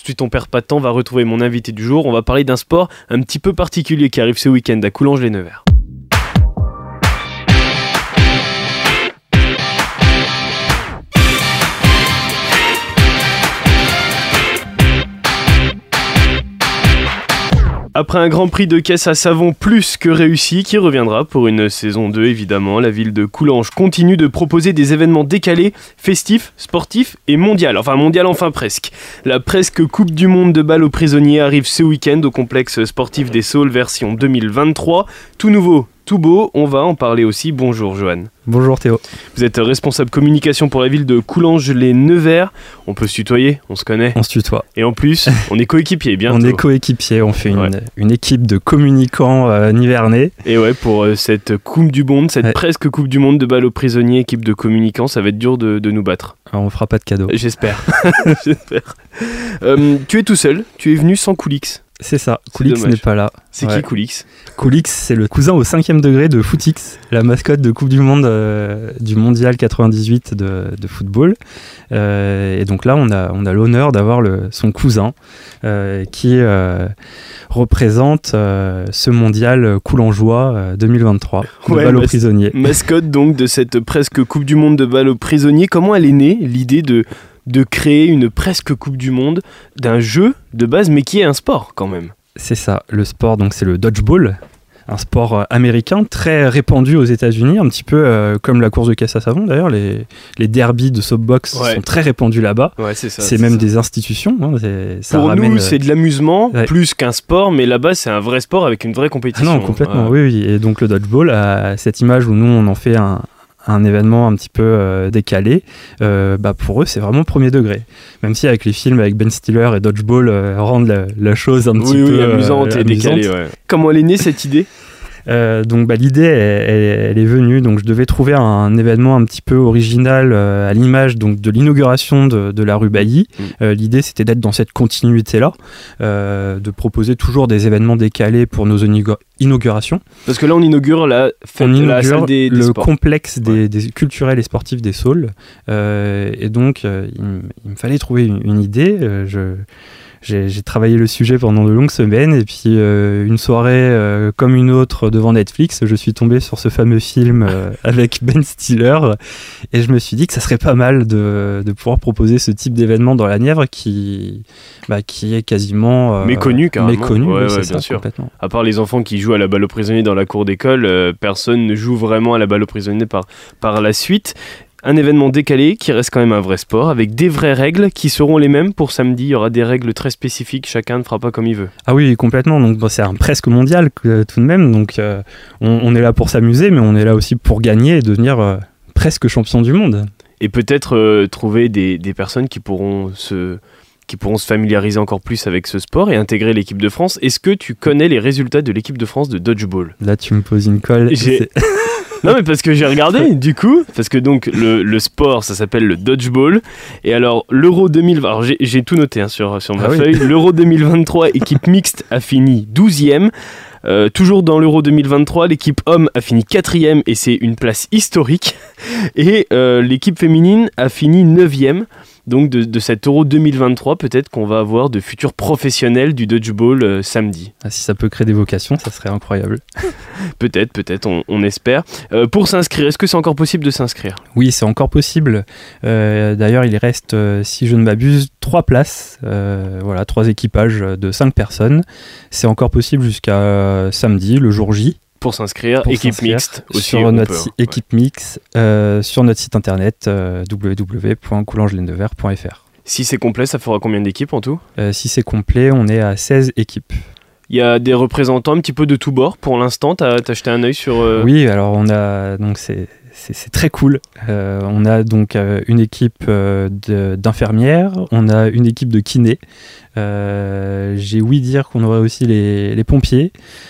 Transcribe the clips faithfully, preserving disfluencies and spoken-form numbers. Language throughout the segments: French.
de suite on perd pas de temps, on va retrouver mon invité du jour. On va parler d'un sport un petit peu particulier qui arrive ce week-end à Coulanges-les-Nevers. Après un grand prix de caisse à savon plus que réussi, qui reviendra pour une saison deux évidemment, la ville de Coulanges continue de proposer des événements décalés, festifs, sportifs et mondial. Enfin mondial enfin presque. La presque Coupe du Monde de balle aux prisonniers arrive ce week-end au complexe sportif des Saules version deux mille vingt-trois. Tout nouveau, tout beau, on va en parler aussi. Bonjour Johan. Bonjour Théo. Vous êtes responsable communication pour la ville de Coulanges-les-Nevers. On peut se tutoyer, on se connaît. On se tutoie. Et en plus, on est coéquipiers bientôt. On est coéquipiers, on fait une, ouais. une équipe de communicants euh, nivernais. Et ouais, pour euh, cette Coupe du Monde, cette ouais. presque Coupe du Monde de balle aux prisonniers, équipe de communicants, ça va être dur de, de nous battre. Alors on fera pas de cadeau. J'espère. J'espère. Euh, tu es tout seul, tu es venu sans Coolix. C'est ça, Coolix n'est pas là. C'est ouais. qui Coolix ? Coolix, c'est le cousin au cinquième degré de Footix, la mascotte de Coupe du Monde euh, du Mondial quatre-vingt-dix-huit de, de football. Euh, et donc là, on a, on a l'honneur d'avoir le, son cousin euh, qui euh, représente euh, ce Mondial coulangeois euh, deux mille vingt-trois de ouais, balle aux mas- prisonniers. Mascotte donc de cette presque Coupe du Monde de balle aux prisonniers. Comment elle est née, l'idée de... de créer une presque Coupe du Monde d'un jeu de base, mais qui est un sport quand même. C'est ça, le sport, donc c'est le dodgeball, un sport américain très répandu aux États-Unis, un petit peu euh, comme la course de caisse à savon d'ailleurs. Les, les derbies de softbox ouais. sont très répandus là-bas. Ouais, c'est ça, c'est, c'est même ça. des institutions. Hein, c'est, ça Pour ramène, nous, c'est de l'amusement ouais. plus qu'un sport, mais là-bas, c'est un vrai sport avec une vraie compétition. Ah non, complètement, ouais. oui, oui. Et donc le dodgeball a cette image où nous, on en fait un. un événement un petit peu euh, décalé, euh, bah pour eux c'est vraiment premier degré. Même si avec les films avec Ben Stiller et Dodgeball euh, rendent la, la chose un oui, petit oui, peu amusante euh, et amusante. décalée. Ouais. Comment elle est née cette idée ? Euh, donc bah, l'idée elle, elle, elle est venue, donc je devais trouver un événement un petit peu original euh, à l'image donc, de l'inauguration de, de la rue Bailly. Mmh. Euh, l'idée c'était d'être dans cette continuité là, euh, de proposer toujours des événements décalés pour nos inaugurations. Inauguration. Parce que là on inaugure la, fête, on inaugure la salle des, des le sports. complexe des, ouais. des culturels et sportifs des Saules euh, et donc euh, il, il me fallait trouver une, une idée. euh, je J'ai, j'ai travaillé le sujet pendant de longues semaines et puis euh, une soirée euh, comme une autre devant Netflix, je suis tombé sur ce fameux film euh, avec Ben Stiller et je me suis dit que ça serait pas mal de, de pouvoir proposer ce type d'événement dans la Nièvre qui, bah, qui est quasiment euh, méconnu carrément. Méconnu, ouais, oui, ouais, c'est bien ça, sûr. complètement. À part les enfants qui jouent à la balle aux prisonniers dans la cour d'école, euh, personne ne joue vraiment à la balle aux prisonniers par, par la suite. Un événement décalé qui reste quand même un vrai sport avec des vraies règles qui seront les mêmes pour samedi. Il y aura des règles très spécifiques, chacun ne fera pas comme il veut. Ah oui, complètement. Donc bon, c'est un presque mondial euh, tout de même. Donc euh, on, on est là pour s'amuser, mais on est là aussi pour gagner et devenir euh, presque champion du monde. Et peut-être euh, trouver des, des personnes qui pourront se... qui pourront se familiariser encore plus avec ce sport et intégrer l'équipe de France. Est-ce que tu connais les résultats de l'équipe de France de dodgeball ? Là, tu me poses une colle. J'ai... Non mais parce que j'ai regardé du coup, parce que donc le, le sport ça s'appelle le dodgeball et alors l'Euro deux mille vingt, alors j'ai, j'ai tout noté hein, sur, sur ma ah feuille, oui. L'Euro deux mille vingt-trois équipe mixte a fini douzième, euh, toujours dans l'Euro deux mille vingt-trois l'équipe homme a fini quatrième et c'est une place historique et euh, l'équipe féminine a fini neuvième. Donc de, de cet Euro deux mille vingt-trois, peut-être qu'on va avoir de futurs professionnels du dodgeball euh, samedi. Ah, si ça peut créer des vocations, ça serait incroyable. peut-être, peut-être, on, on espère. Euh, pour s'inscrire, est-ce que c'est encore possible de s'inscrire ? Oui, c'est encore possible. Euh, d'ailleurs, il reste, euh, si je ne m'abuse, trois places. Euh, voilà, trois équipages de cinq personnes. C'est encore possible jusqu'à euh, samedi, le jour J. Pour s'inscrire, pour équipe s'inscrire mixte aussi. Sur notre peut, si- ouais. équipe mixte, euh, sur notre site internet euh, w w w point coulanges les nevers point f r. Si c'est complet, ça fera combien d'équipes en tout ? euh, Si c'est complet, on est à seize équipes. Il y a des représentants un petit peu de tous bords pour l'instant. T'as, t'as jeté un œil sur. Euh... Oui, alors on a donc c'est. C'est, c'est très cool. Euh, on a donc euh, une équipe euh, de, d'infirmières, on a une équipe de kinés. Euh, j'ai ouï dire qu'on aurait aussi les, les pompiers.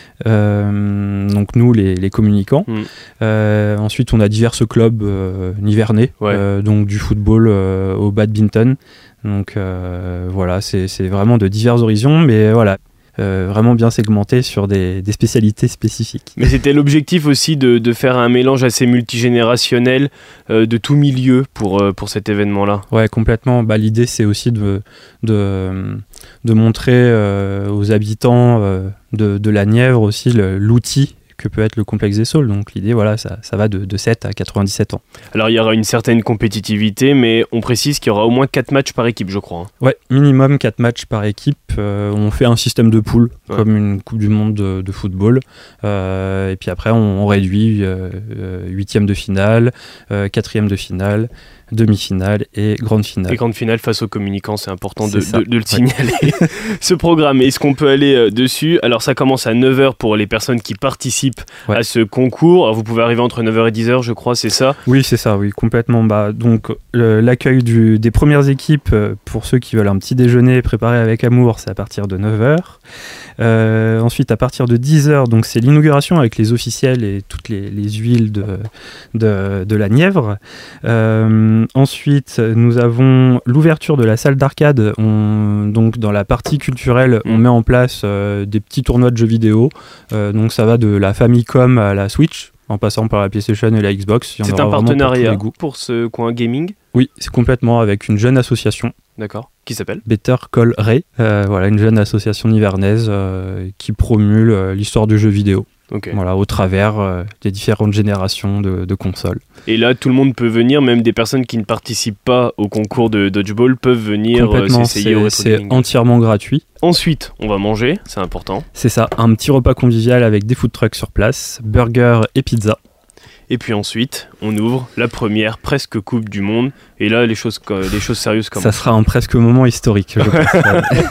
Euh, donc nous, les, les communicants. Mm. Euh, ensuite, on a divers clubs euh, nivernais, ouais. euh, donc du football euh, au badminton. Donc euh, voilà, c'est, c'est vraiment de divers horizons, mais voilà. Euh, vraiment bien segmenté sur des, des spécialités spécifiques. Mais c'était l'objectif aussi de, de faire un mélange assez multigénérationnel euh, de tout milieu pour, euh, pour cet événement-là. Ouais, complètement. Bah, l'idée, c'est aussi de, de, de montrer euh, aux habitants euh, de, de la Nièvre aussi le, l'outil que peut être le complexe des Saules. Donc l'idée, voilà, ça, ça va de, de sept à quatre-vingt-dix-sept ans. Alors il y aura une certaine compétitivité, mais on précise qu'il y aura au moins quatre matchs par équipe, je crois. Hein. Ouais, minimum quatre matchs par équipe. Euh, on fait un système de poules, ouais. comme une Coupe du Monde de, de football. Euh, et puis après, on, on réduit euh, euh, huitième de finale, euh, quatrième de finale, demi-finale et grande finale. Et grande finale face aux communicants, c'est important de, de, de le signaler. Ouais. Ce programme, est-ce qu'on peut aller euh, dessus ? Alors ça commence à neuf heures pour les personnes qui participent ouais. à ce concours. Alors, vous pouvez arriver entre neuf heures et dix heures, je crois, c'est ça ? Oui, c'est ça, oui, complètement. Bah, donc le, l'accueil du, des premières équipes, euh, pour ceux qui veulent un petit déjeuner préparé avec amour, c'est à partir de neuf heures. Euh, ensuite, à partir de dix heures, donc c'est l'inauguration avec les officiels et toutes les, les huiles de, de, de la Nièvre. Euh, ensuite, nous avons l'ouverture de la salle d'arcade. On, donc, dans la partie culturelle, on met en place euh, des petits tournois de jeux vidéo. Euh, donc, ça va de la Famicom à la Switch, en passant par la PlayStation et la Xbox. C'est un partenariat pour, pour ce coin gaming ? Oui, c'est complètement avec une jeune association. D'accord. Qui s'appelle ? Better Call Ray. Euh, voilà, une jeune association nivernaise euh, qui promule euh, l'histoire du jeu vidéo. Okay. Voilà, au travers euh, des différentes générations de, de consoles. Et là, tout le monde peut venir, même des personnes qui ne participent pas au concours de dodgeball peuvent venir euh, s'essayer au rétro c'est gaming. Entièrement gratuit. Ensuite, on va manger, c'est important. C'est ça, un petit repas convivial avec des food trucks sur place, burgers et pizza. Et puis ensuite, on ouvre la première presque Coupe du Monde. Et là, les choses, les choses sérieuses commencent. Ça sera un presque moment historique, je pense.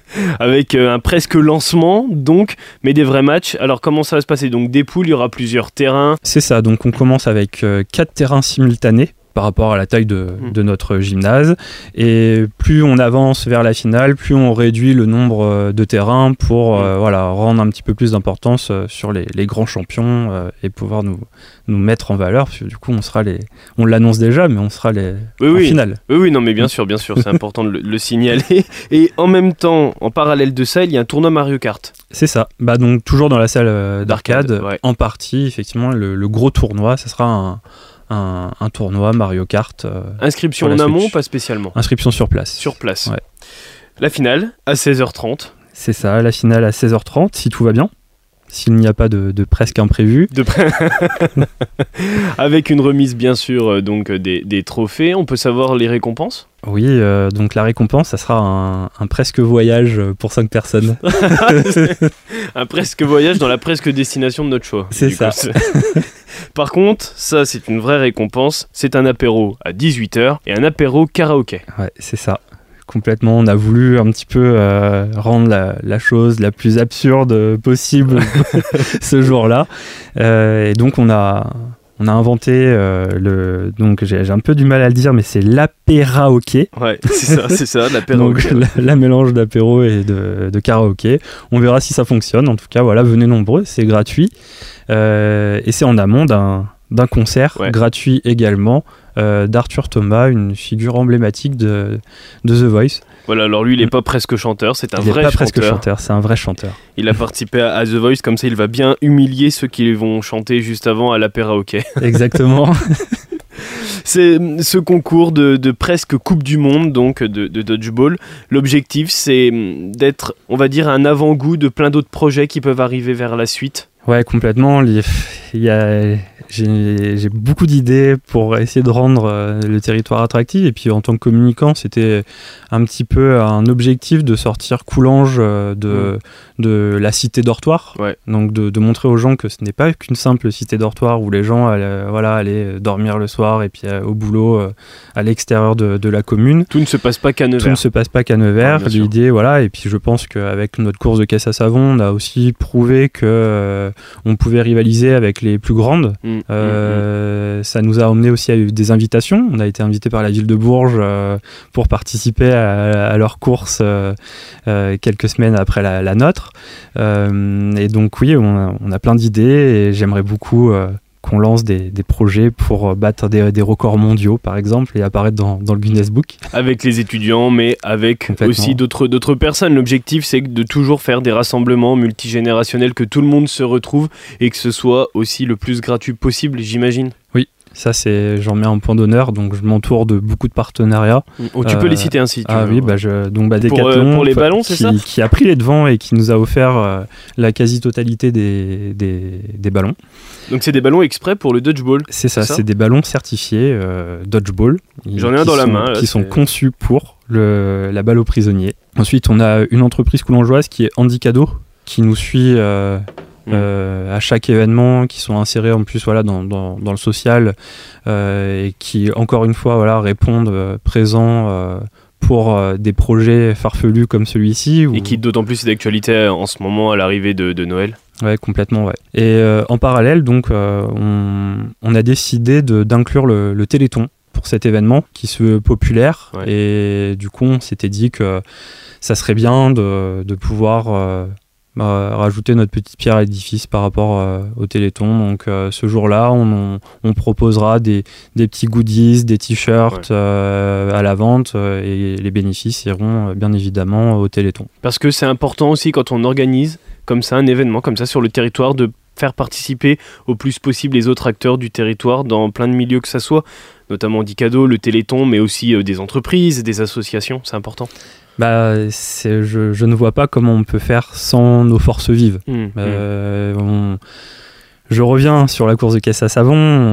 Avec euh, un presque lancement, donc, mais des vrais matchs. Alors, comment ça va se passer ? Donc, des poules, il y aura plusieurs terrains. C'est ça, donc on commence avec euh, quatre terrains simultanés par rapport à la taille de, mmh. de notre gymnase. Et plus on avance vers la finale, plus on réduit le nombre de terrains pour mmh. euh, voilà, rendre un petit peu plus d'importance sur les, les grands champions euh, et pouvoir nous, nous mettre en valeur. Parce que du coup, on sera les, on l'annonce déjà, mais on sera les oui, en oui. finale. Oui, oui, non, mais bien sûr, bien sûr, c'est important de le, le signaler. Et en même temps, en parallèle de ça, il y a un tournoi Mario Kart. C'est ça. Bah donc toujours dans la salle euh, d'arcade, d'arcade ouais. en partie, effectivement, le, le gros tournoi, ça sera un Un, un tournoi Mario Kart. Euh, Inscription en amont, pas spécialement. Inscription sur place. Sur place. Ouais. La finale à seize heures trente. C'est ça, la finale à seize heures trente, si tout va bien. S'il n'y a pas de, de presque imprévu. De pré... Avec une remise, bien sûr, euh, donc des, des trophées. On peut savoir les récompenses ? Oui, euh, donc la récompense, ça sera un, un presque voyage pour cinq personnes. Un presque voyage dans la presque destination de notre choix. C'est ça. Coup, c'est... Par contre, ça c'est une vraie récompense. C'est un apéro à dix-huit heures et un apéro karaoké. Ouais, c'est ça. Complètement, on a voulu un petit peu euh, rendre la, la chose la plus absurde possible ce jour-là. Euh, et donc on a... On a inventé euh, le donc j'ai, j'ai un peu du mal à le dire mais c'est l'apéraoké. Ouais, c'est ça, c'est ça, l'apéraoké. Donc la, la mélange d'apéro et de, de karaoké. On verra si ça fonctionne. En tout cas, voilà, venez nombreux, c'est gratuit euh, et c'est en amont d'un d'un concert ouais. gratuit également euh, d'Arthur Thomas, une figure emblématique de de The Voice. Voilà, alors lui, il n'est pas presque chanteur, c'est un il vrai chanteur. Il n'est pas presque chanteur, c'est un vrai chanteur. Il a participé à, à The Voice, comme ça il va bien humilier ceux qui vont chanter juste avant à l'apéraoké. Exactement. C'est ce concours de, de presque Coupe du Monde, donc de, de dodgeball. L'objectif, c'est d'être, on va dire, un avant-goût de plein d'autres projets qui peuvent arriver vers la suite. Ouais, complètement. Il y a, j'ai, j'ai beaucoup d'idées pour essayer de rendre euh, le territoire attractif. Et puis en tant que communicant, c'était un petit peu un objectif de sortir Coulanges euh, de, mmh. de la cité dortoir. Ouais. Donc de, de montrer aux gens que ce n'est pas qu'une simple cité dortoir où les gens allaient, voilà, allaient dormir le soir et puis euh, au boulot euh, à l'extérieur de, de la commune. Tout ne se passe pas qu'à Nevers. Tout ne se passe pas qu'à Nevers. Ah, l'idée, voilà. Et puis je pense qu'avec notre course de caisse à savon, on a aussi prouvé que euh, on pouvait rivaliser avec les plus grandes. Mmh, euh, mmh. Ça nous a emmené aussi à des invitations. On a été invité par la ville de Bourges euh, pour participer à, à leur course euh, euh, quelques semaines après la, la nôtre. Euh, et donc oui, on a, on a plein d'idées et j'aimerais beaucoup euh, qu'on lance des, des projets pour battre des, des records mondiaux, par exemple, et apparaître dans, dans le Guinness Book. Avec les étudiants, mais avec aussi d'autres, d'autres personnes. L'objectif, c'est de toujours faire des rassemblements multigénérationnels, que tout le monde se retrouve et que ce soit aussi le plus gratuit possible, j'imagine. Oui, Ça, c'est, j'en mets un point d'honneur, donc je m'entoure de beaucoup de partenariats. Oh, tu euh, peux les citer ainsi. Ah veux, oui, bah je, donc bah, Decathlon, pour, euh, pour les ballons, c'est qui, ça qui a pris les devants et qui nous a offert euh, la quasi-totalité des, des, des ballons. Donc c'est des ballons exprès pour le dodgeball. C'est ça, c'est, ça c'est des ballons certifiés euh, dodgeball. J'en ai un dans sont, la main. Là, qui c'est... sont conçus pour le, la balle aux prisonniers. Ensuite, on a une entreprise coulangeoise qui est Handicado, qui nous suit euh, mmh. euh, à chaque événement, qui sont insérés en plus voilà, dans, dans, dans le social euh, et qui, encore une fois, voilà, répondent euh, présents euh, pour euh, des projets farfelus comme celui-ci. Où... Et qui d'autant plus est d'actualité en ce moment à l'arrivée de, de Noël. Ouais, complètement, ouais. Et euh, en parallèle, donc, euh, on, on a décidé de, d'inclure le, le Téléthon pour cet événement qui se veut populaire. Ouais. Et du coup, on s'était dit que ça serait bien de, de pouvoir euh, bah, rajouter notre petite pierre à l'édifice par rapport euh, au Téléthon. Donc, euh, ce jour-là, on, on, on proposera des, des petits goodies, des t-shirts ouais. euh, à la vente euh, et les bénéfices iront euh, bien évidemment au Téléthon. Parce que c'est important aussi quand on organise comme ça un événement comme ça sur le territoire de faire participer au plus possible les autres acteurs du territoire dans plein de milieux que ça soit, notamment Handicado, le Téléthon, mais aussi euh, des entreprises, des associations, c'est important. Bah, c'est, je, je ne vois pas comment on peut faire sans nos forces vives. Mmh, euh, mmh. On, je reviens sur la course de caisse à savon,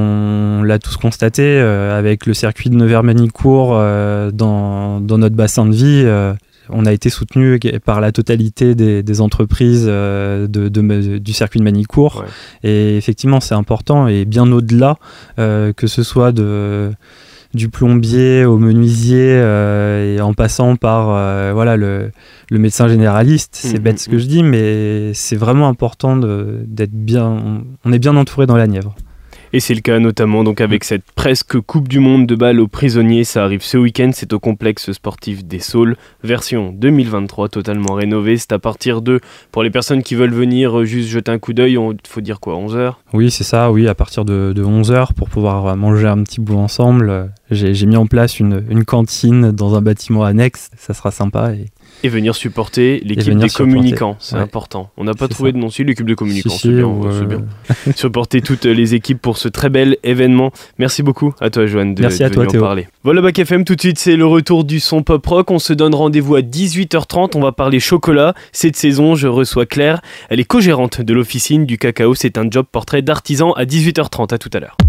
on l'a tous constaté, euh, avec le circuit de Nevers-Manicourt euh, dans, dans notre bassin de vie. Euh, On a été soutenu par la totalité des, des entreprises euh, de, de, du circuit de Manicourt. Ouais. Et effectivement, c'est important. Et bien au-delà, euh, que ce soit de, du plombier au menuisier, euh, et en passant par euh, voilà, le, le médecin généraliste. C'est mmh, bête ce que mmh. je dis, mais c'est vraiment important de, d'être bien... On, on est bien entouré dans la Nièvre. Et c'est le cas notamment donc avec cette presque Coupe du Monde de balle aux prisonniers. Ça arrive ce week-end, c'est au complexe sportif des Saules, version deux mille vingt-trois, totalement rénové. C'est à partir de, pour les personnes qui veulent venir juste jeter un coup d'œil, il faut dire quoi, onze heures ? Oui, c'est ça, oui, à partir de, de onze heures pour pouvoir manger un petit bout ensemble. J'ai, j'ai mis en place une, une cantine dans un bâtiment annexe, ça sera sympa. Et... Et venir supporter l'équipe venir des supporter. communicants, c'est ouais. important. On n'a pas c'est trouvé ça. de nom, si l'équipe des communicants, si, c'est, si, bien, euh... c'est bien. Supporter toutes les équipes pour ce très bel événement. Merci beaucoup à toi, Joanne, de, Merci de à toi, venir Théo. en parler. Voilà, Bac F M, tout de suite, c'est le retour du son pop-rock. On se donne rendez-vous à dix-huit heures trente. On va parler chocolat. Cette saison, je reçois Claire. Elle est co-gérante de l'officine du cacao. C'est un job portrait d'artisan à dix-huit heures trente. À tout à l'heure.